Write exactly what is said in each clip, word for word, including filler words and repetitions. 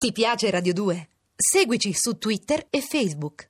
Ti piace Radio due? Seguici su Twitter e Facebook.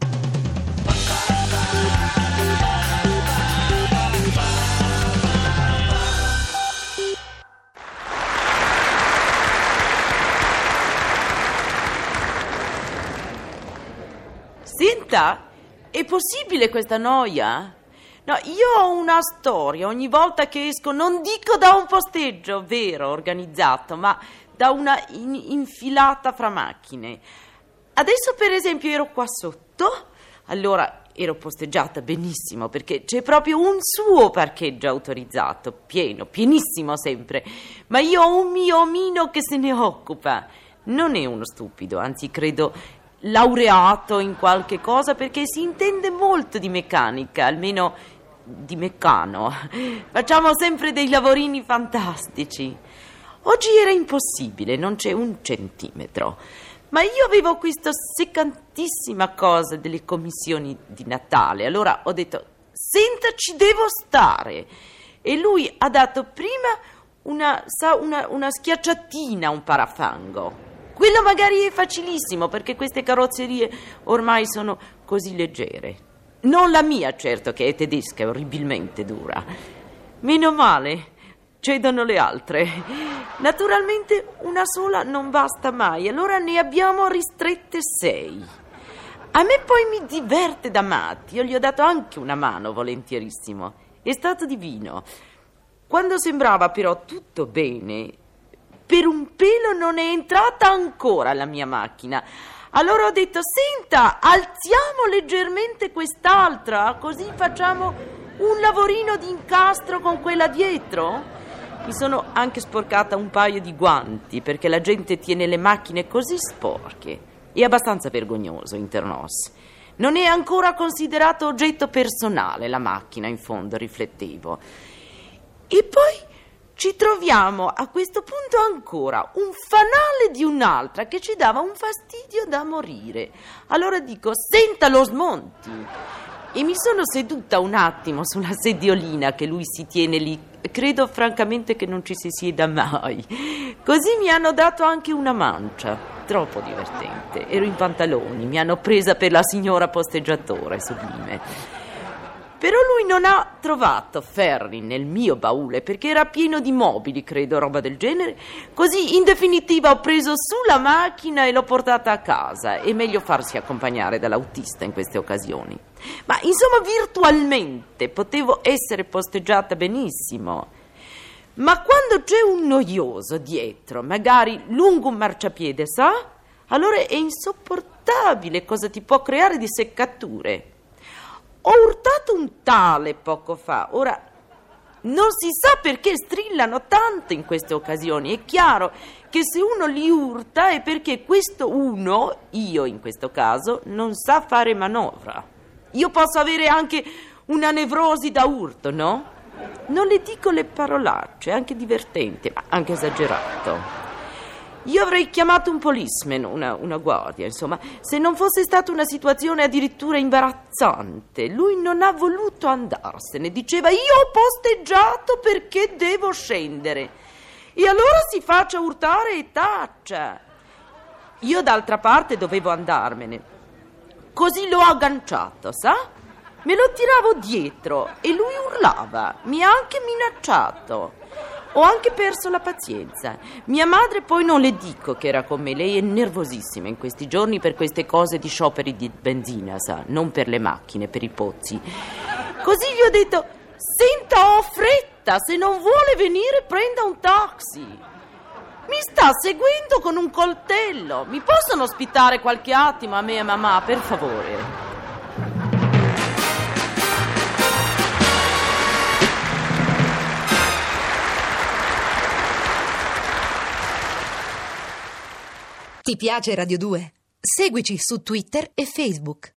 Senta, è possibile questa noia? No, io ho una storia, ogni volta che esco, non dico da un posteggio vero, organizzato, ma da una in- infilata fra macchine. Adesso per esempio ero qua sotto, allora ero posteggiata benissimo perché c'è proprio un suo parcheggio autorizzato, pieno, pienissimo sempre, ma io ho un mio omino che se ne occupa. Non è uno stupido, anzi credo laureato in qualche cosa perché si intende molto di meccanica, almeno di meccano. Facciamo sempre dei lavorini fantastici. Oggi era impossibile, non c'è un centimetro, ma io avevo questa seccantissima cosa delle commissioni di Natale, allora ho detto, senta, ci devo stare, e lui ha dato prima una, sa, una, una schiacciatina a un parafango. Quello magari è facilissimo perché queste carrozzerie ormai sono così leggere. Non la mia, certo, che è tedesca, è orribilmente dura. Meno male, cedono le altre. Naturalmente una sola non basta mai, allora ne abbiamo ristrette sei. A me poi mi diverte da matti, io gli ho dato anche una mano volentierissimo. È stato divino. Quando sembrava però tutto bene, per un pelo non è entrata ancora la mia macchina. Allora ho detto, senta, alziamo leggermente quest'altra, così facciamo un lavorino di incastro con quella dietro. Mi sono anche sporcata un paio di guanti, perché la gente tiene le macchine così sporche. È abbastanza vergognoso, internos. Non è ancora considerato oggetto personale la macchina, in fondo, riflettevo. E poi ci troviamo a questo punto ancora un fanale di un'altra che ci dava un fastidio da morire. Allora dico, senta, lo smonti. E mi sono seduta un attimo sulla sediolina che lui si tiene lì. Credo francamente che non ci si sieda mai. Così mi hanno dato anche una mancia. Troppo divertente. Ero in pantaloni, mi hanno presa per la signora posteggiatore, sublime. Però lui non ha trovato ferri nel mio baule perché era pieno di mobili, credo, roba del genere. Così in definitiva ho preso su la macchina e l'ho portata a casa. È meglio farsi accompagnare dall'autista in queste occasioni. Ma insomma virtualmente potevo essere posteggiata benissimo. Ma quando c'è un noioso dietro, magari lungo un marciapiede, sa? Allora è insopportabile cosa ti può creare di seccature. Ho urtato un tale poco fa, ora non si sa perché strillano tanto in queste occasioni. È chiaro che se uno li urta è perché questo uno, io in questo caso, non sa fare manovra. Io posso avere anche una nevrosi da urto, no? Non le dico le parolacce, è anche divertente, ma anche esagerato. Io avrei chiamato un policeman, una, una guardia, insomma, se non fosse stata una situazione addirittura imbarazzante. Lui non ha voluto andarsene, diceva, io ho posteggiato perché devo scendere. E allora si faccia urtare e taccia. Io d'altra parte dovevo andarmene. Così l'ho agganciato, sa? Me lo tiravo dietro e lui urlava, mi ha anche minacciato. Ho anche perso la pazienza. Mia madre poi non le dico che era con me, lei è nervosissima in questi giorni per queste cose di scioperi di benzina, sa, non per le macchine, per i pozzi. Così gli ho detto, senta, ho fretta, se non vuole venire prenda un taxi. Mi sta seguendo con un coltello. Mi possono ospitare qualche attimo a me e mamma, per favore? Ti piace Radio due? Seguici su Twitter e Facebook.